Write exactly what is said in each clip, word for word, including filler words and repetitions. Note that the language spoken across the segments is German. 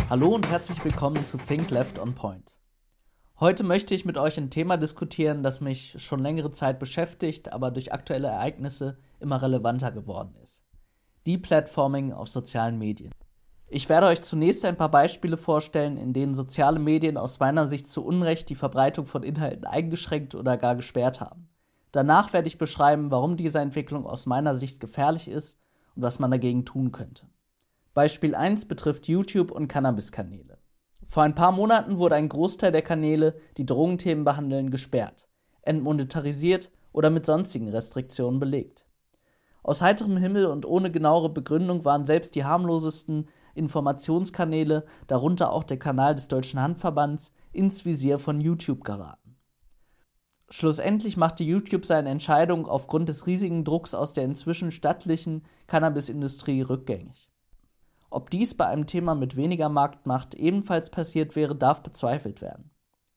Hallo und herzlich willkommen zu Think Left on Point. Heute möchte ich mit euch ein Thema diskutieren, das mich schon längere Zeit beschäftigt, aber durch aktuelle Ereignisse immer relevanter geworden ist. Deplatforming auf sozialen Medien. Ich werde euch zunächst ein paar Beispiele vorstellen, in denen soziale Medien aus meiner Sicht zu Unrecht die Verbreitung von Inhalten eingeschränkt oder gar gesperrt haben. Danach werde ich beschreiben, warum diese Entwicklung aus meiner Sicht gefährlich ist und was man dagegen tun könnte. Beispiel eins betrifft YouTube und Cannabis-Kanäle. Vor ein paar Monaten wurde ein Großteil der Kanäle, die Drogenthemen behandeln, gesperrt, entmonetarisiert oder mit sonstigen Restriktionen belegt. Aus heiterem Himmel und ohne genauere Begründung waren selbst die harmlosesten Informationskanäle, darunter auch der Kanal des Deutschen Handverbands, ins Visier von YouTube geraten. Schlussendlich machte YouTube seine Entscheidung aufgrund des riesigen Drucks aus der inzwischen stattlichen Cannabisindustrie rückgängig. Ob dies bei einem Thema mit weniger Marktmacht ebenfalls passiert wäre, darf bezweifelt werden.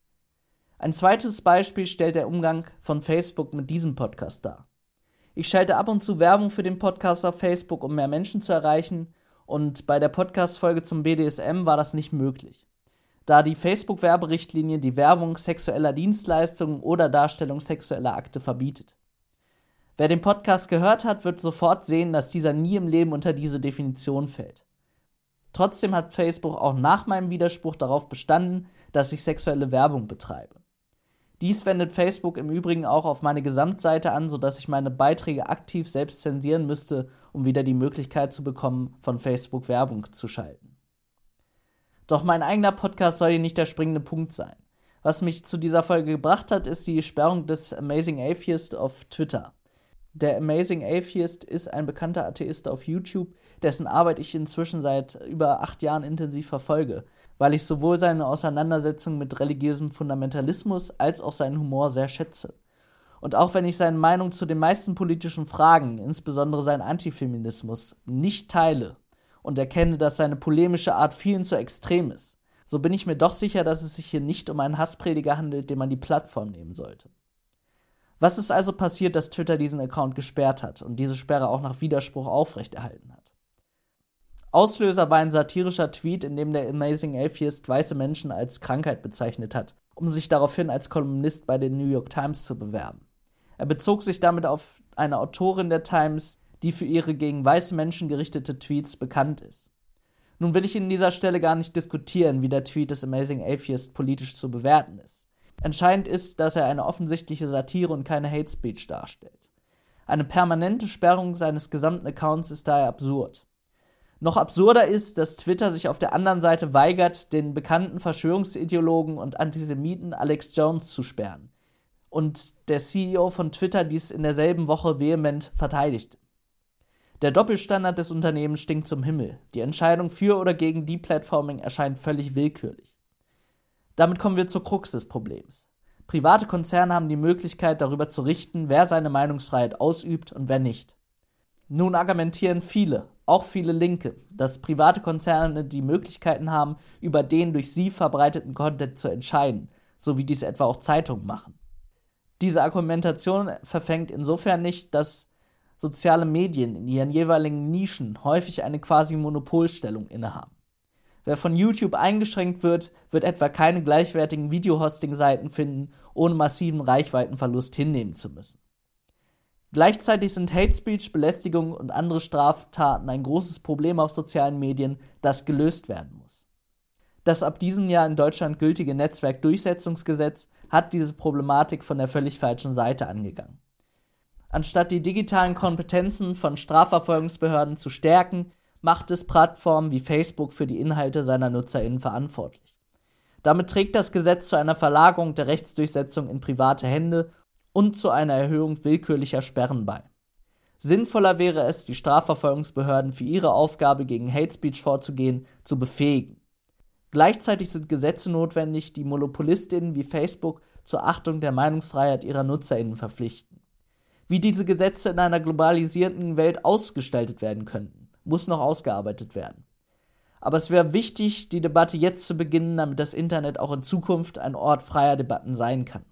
Ein zweites Beispiel stellt der Umgang von Facebook mit diesem Podcast dar. Ich schalte ab und zu Werbung für den Podcast auf Facebook, um mehr Menschen zu erreichen, und bei der Podcast-Folge zum B D S M war das nicht möglich, da die Facebook-Werberichtlinie die Werbung sexueller Dienstleistungen oder Darstellung sexueller Akte verbietet. Wer den Podcast gehört hat, wird sofort sehen, dass dieser nie im Leben unter diese Definition fällt. Trotzdem hat Facebook auch nach meinem Widerspruch darauf bestanden, dass ich sexuelle Werbung betreibe. Dies wendet Facebook im Übrigen auch auf meine Gesamtseite an, sodass ich meine Beiträge aktiv selbst zensieren müsste, um wieder die Möglichkeit zu bekommen, von Facebook Werbung zu schalten. Doch mein eigener Podcast soll hier nicht der springende Punkt sein. Was mich zu dieser Folge gebracht hat, ist die Sperrung des Amazing Atheist auf Twitter. Der Amazing Atheist ist ein bekannter Atheist auf YouTube, dessen Arbeit ich inzwischen seit über acht Jahren intensiv verfolge, weil ich sowohl seine Auseinandersetzung mit religiösem Fundamentalismus als auch seinen Humor sehr schätze. Und auch wenn ich seine Meinung zu den meisten politischen Fragen, insbesondere seinen Antifeminismus, nicht teile und erkenne, dass seine polemische Art vielen zu extrem ist, so bin ich mir doch sicher, dass es sich hier nicht um einen Hassprediger handelt, dem man die Plattform nehmen sollte. Was ist also passiert, dass Twitter diesen Account gesperrt hat und diese Sperre auch nach Widerspruch aufrechterhalten hat? Auslöser war ein satirischer Tweet, in dem der Amazing Atheist weiße Menschen als Krankheit bezeichnet hat, um sich daraufhin als Kolumnist bei den New York Times zu bewerben. Er bezog sich damit auf eine Autorin der Times, die für ihre gegen weiße Menschen gerichtete Tweets bekannt ist. Nun will ich in dieser Stelle gar nicht diskutieren, wie der Tweet des Amazing Atheist politisch zu bewerten ist. Entscheidend ist, dass er eine offensichtliche Satire und keine Hate Speech darstellt. Eine permanente Sperrung seines gesamten Accounts ist daher absurd. Noch absurder ist, dass Twitter sich auf der anderen Seite weigert, den bekannten Verschwörungsideologen und Antisemiten Alex Jones zu sperren und der C E O von Twitter dies in derselben Woche vehement verteidigte. Der Doppelstandard des Unternehmens stinkt zum Himmel. Die Entscheidung für oder gegen Deplatforming erscheint völlig willkürlich. Damit kommen wir zur Krux des Problems. Private Konzerne haben die Möglichkeit, darüber zu richten, wer seine Meinungsfreiheit ausübt und wer nicht. Nun argumentieren viele, auch viele Linke, dass private Konzerne die Möglichkeiten haben, über den durch sie verbreiteten Content zu entscheiden, so wie dies etwa auch Zeitungen machen. Diese Argumentation verfängt insofern nicht, dass soziale Medien in ihren jeweiligen Nischen häufig eine quasi Monopolstellung innehaben. Wer von YouTube eingeschränkt wird, wird etwa keine gleichwertigen Video-Hosting-Seiten finden, ohne massiven Reichweitenverlust hinnehmen zu müssen. Gleichzeitig sind Hate Speech, Belästigung und andere Straftaten ein großes Problem auf sozialen Medien, das gelöst werden muss. Das ab diesem Jahr in Deutschland gültige Netzwerkdurchsetzungsgesetz hat diese Problematik von der völlig falschen Seite angegangen. Anstatt die digitalen Kompetenzen von Strafverfolgungsbehörden zu stärken, macht es Plattformen wie Facebook für die Inhalte seiner NutzerInnen verantwortlich. Damit trägt das Gesetz zu einer Verlagerung der Rechtsdurchsetzung in private Hände und zu einer Erhöhung willkürlicher Sperren bei. Sinnvoller wäre es, die Strafverfolgungsbehörden für ihre Aufgabe, gegen Hate Speech vorzugehen, zu befähigen. Gleichzeitig sind Gesetze notwendig, die MonopolistInnen wie Facebook zur Achtung der Meinungsfreiheit ihrer NutzerInnen verpflichten. Wie diese Gesetze in einer globalisierten Welt ausgestaltet werden könnten, muss noch ausgearbeitet werden. Aber es wäre wichtig, die Debatte jetzt zu beginnen, damit das Internet auch in Zukunft ein Ort freier Debatten sein kann.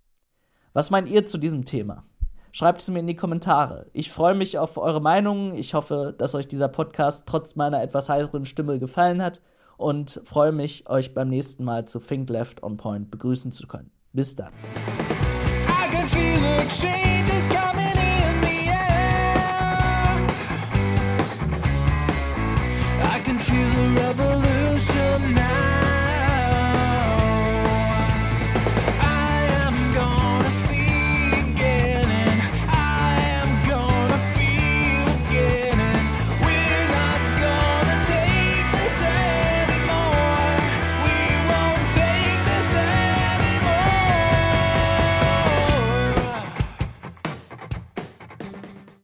Was meint ihr zu diesem Thema? Schreibt es mir in die Kommentare. Ich freue mich auf eure Meinungen. Ich hoffe, dass euch dieser Podcast trotz meiner etwas heiseren Stimme gefallen hat und freue mich, euch beim nächsten Mal zu Think Left on Point begrüßen zu können. Bis dann. I can feel the change.